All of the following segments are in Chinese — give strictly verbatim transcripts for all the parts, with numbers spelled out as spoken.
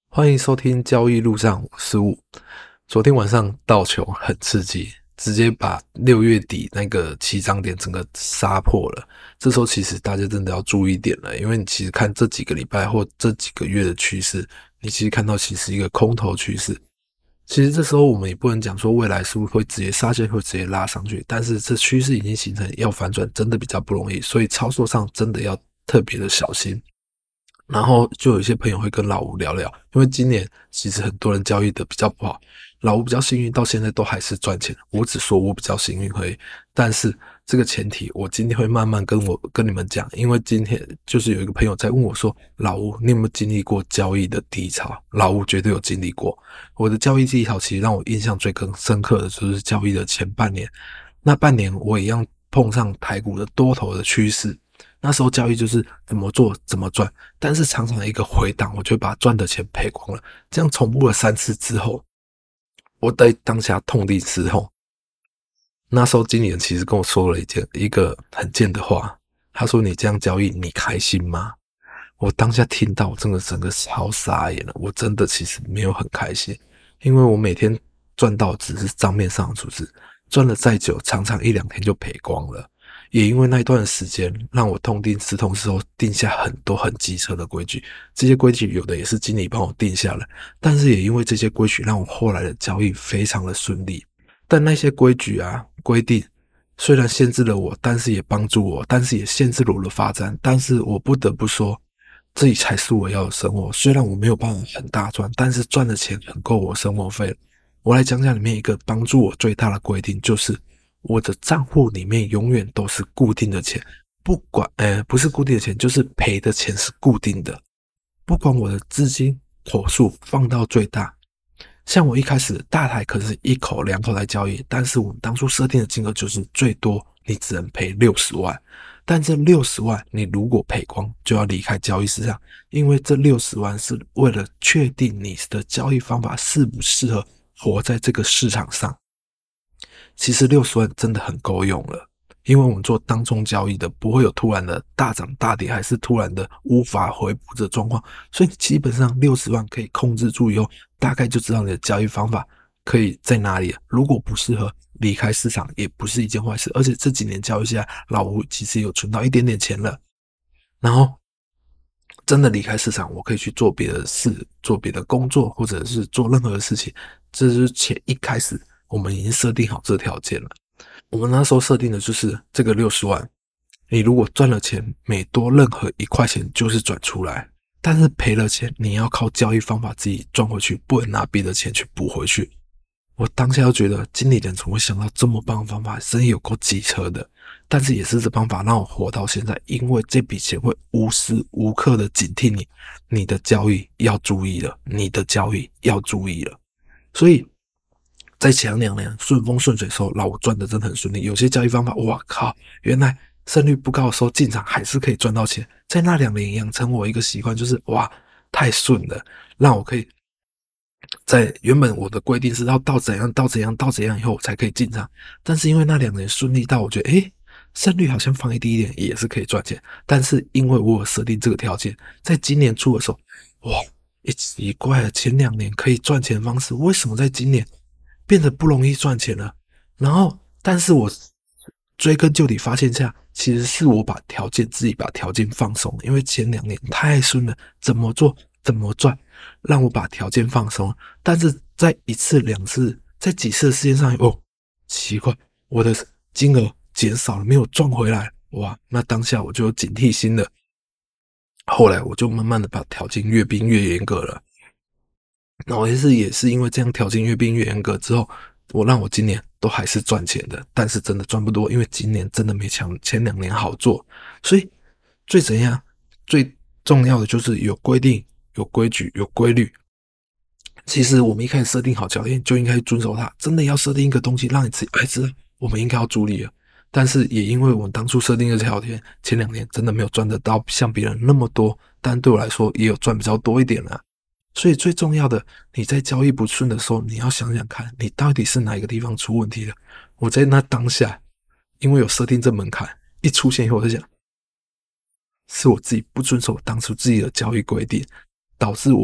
欢迎收听交易路上，我是雾。昨天晚上道琼很刺激，直接把六月底那个起涨点整个杀破了。这时候其实大家真的要注意点了，因为你其实看这几个礼拜或这几个月的趋势，你其实看到其实一个空头趋势。其实这时候我们也不能讲说未来是不是会直接杀下去，会直接拉上去，但是这趋势已经形成，要反转真的比较不容易，所以操作上真的要特别的小心。然后就有一些朋友会跟老吴聊聊，因为今年其实很多人交易的比较不好，老吴比较幸运，到现在都还是赚钱。我只说我比较幸运而已，但是这个前提我今天会慢慢跟我跟你们讲，因为今天就是有一个朋友在问我说，老吴你有没有经历过交易的低潮？老吴绝对有经历过。我的交易低潮其实让我印象最更深刻的就是交易的前半年，那半年我一样碰上台股的多头的趋势。那时候交易就是怎么做怎么赚，但是常常一个回档，我就把赚的钱赔光了。这样重复了三次之后，我在当下痛定思痛。那时候经理人其实跟我说了一件一个很贱的话，他说：“你这样交易，你开心吗？”我当下听到，我真的整个超傻眼了。我真的其实没有很开心，因为我每天赚到只是账面上的数字，赚了再久，常常一两天就赔光了。也因为那一段时间，让我痛定思痛之后，定下很多很机车的规矩。这些规矩有的也是经理帮我定下来，但是也因为这些规矩，让我后来的交易非常的顺利。但那些规矩啊规定，虽然限制了我，但是也帮助我，但是也限制了我的发展。但是我不得不说，这里才是我要的生活。虽然我没有办法很大赚，但是赚的钱很够我生活费了。我来讲讲里面一个帮助我最大的规定，就是我的账户里面永远都是固定的钱，不管呃不是固定的钱，就是赔的钱是固定的，不管我的资金口数放到最大。像我一开始大台可是一口两口来交易，但是我们当初设定的金额就是最多你只能赔六十万，但这六十万你如果赔光就要离开交易市场，因为这六十万是为了确定你的交易方法适不适合活在这个市场上。其实六十万真的很够用了，因为我们做当冲交易的不会有突然的大涨大跌，还是突然的无法回补的状况，所以基本上六十万可以控制住以后，大概就知道你的交易方法可以在哪里了。如果不适合离开市场也不是一件坏事，而且这几年交易下来，老吴其实有存到一点点钱了，然后真的离开市场，我可以去做别的事，做别的工作，或者是做任何的事情。这是前一开始我们已经设定好这条件了。我们那时候设定的就是这个六十万，你如果赚了钱，每多任何一块钱就是转出来，但是赔了钱，你要靠交易方法自己赚回去，不能拿别的钱去补回去。我当下就觉得经理人怎么会想到这么棒的方法，真有够机车的。但是也是这方法让我活到现在，因为这笔钱会无时无刻的警惕你，你的交易要注意了，你的交易要注意了。所以在前两年顺风顺水的时候，老吴赚的真的很顺利。有些交易方法，哇靠，原来胜率不高的时候进场还是可以赚到钱。在那两年养成我一个习惯，就是哇太顺了，让我可以在原本我的规定是要到怎样到怎样到怎样以后才可以进场，但是因为那两年顺利到我觉得诶胜率好像放低一点也是可以赚钱。但是因为我有设定这个条件，在今年初的时候，哇，一奇怪了，前两年可以赚钱的方式，为什么在今年变得不容易赚钱了？然后，但是我追根究底发现下，其实是我把条件自己把条件放松，因为前两年太顺了，怎么做怎么赚，让我把条件放松。但是在一次两次，在几次的事件上，哦，奇怪，我的金额减少了，没有赚回来，哇，那当下我就有警惕心了。后来我就慢慢的把条件越变越严格了。那我也是也是因为这样条件越变越严格之后，我让我今年都还是赚钱的，但是真的赚不多，因为今年真的没前前两年好做。所以最怎样最重要的就是有规定、有规矩、有规律。其实我们一开始设定好条件就应该遵守它，真的要设定一个东西让你自己哎知道我们应该要注意了。但是也因为我们当初设定的条件，前两年真的没有赚得到像别人那么多，但对我来说也有赚比较多一点了。所以最重要的，你在交易不顺的时候，你要想想看，你到底是哪一个地方出问题了。我在那当下，因为有设定这门槛，一出现以后，我就想，是我自己不遵守当初自己的交易规定，导致我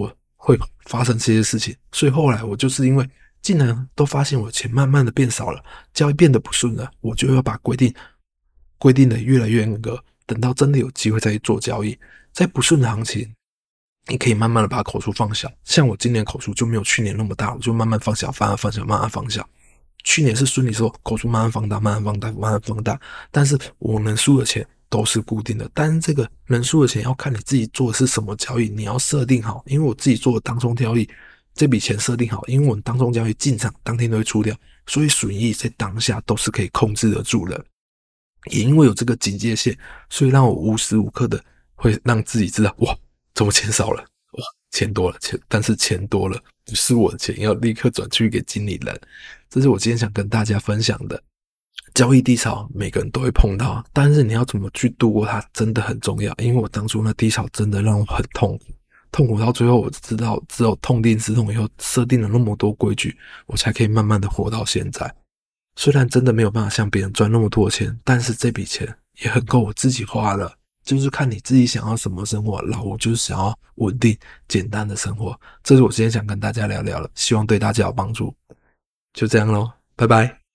会发生这些事情。所以后来我就是因为竟然都发现我的钱慢慢的变少了，交易变得不顺了，我就要把规定规定的越来越严格，等到真的有机会再去做交易。在不顺的行情，你可以慢慢的把口数放小，像我今年口数就没有去年那么大，我就慢慢放小，慢慢放小，慢慢放小。去年是顺利的时候，口数慢慢放大，慢慢放大，慢慢放大，但是我能输的钱都是固定的，但是这个能输的钱要看你自己做的是什么交易，你要设定好。因为我自己做的当冲交易，这笔钱设定好，因为我当冲交易进场当天都会出掉，所以损益在当下都是可以控制得住的。也因为有这个警戒线，所以让我无时无刻的会让自己知道，哇，怎么钱少了？哇，钱多了，钱，但是钱多了不是我的钱，要立刻转去给经理人。这是我今天想跟大家分享的。交易低潮每个人都会碰到，但是你要怎么去度过它真的很重要。因为我当初那低潮真的让我很痛苦，痛苦到最后我知道只有痛定思痛以后，设定了那么多规矩，我才可以慢慢的活到现在。虽然真的没有办法像别人赚那么多钱，但是这笔钱也很够我自己花了。就是看你自己想要什么生活，老吴就是想要稳定简单的生活。这是我今天想跟大家聊聊的，希望对大家有帮助。就这样咯，拜拜。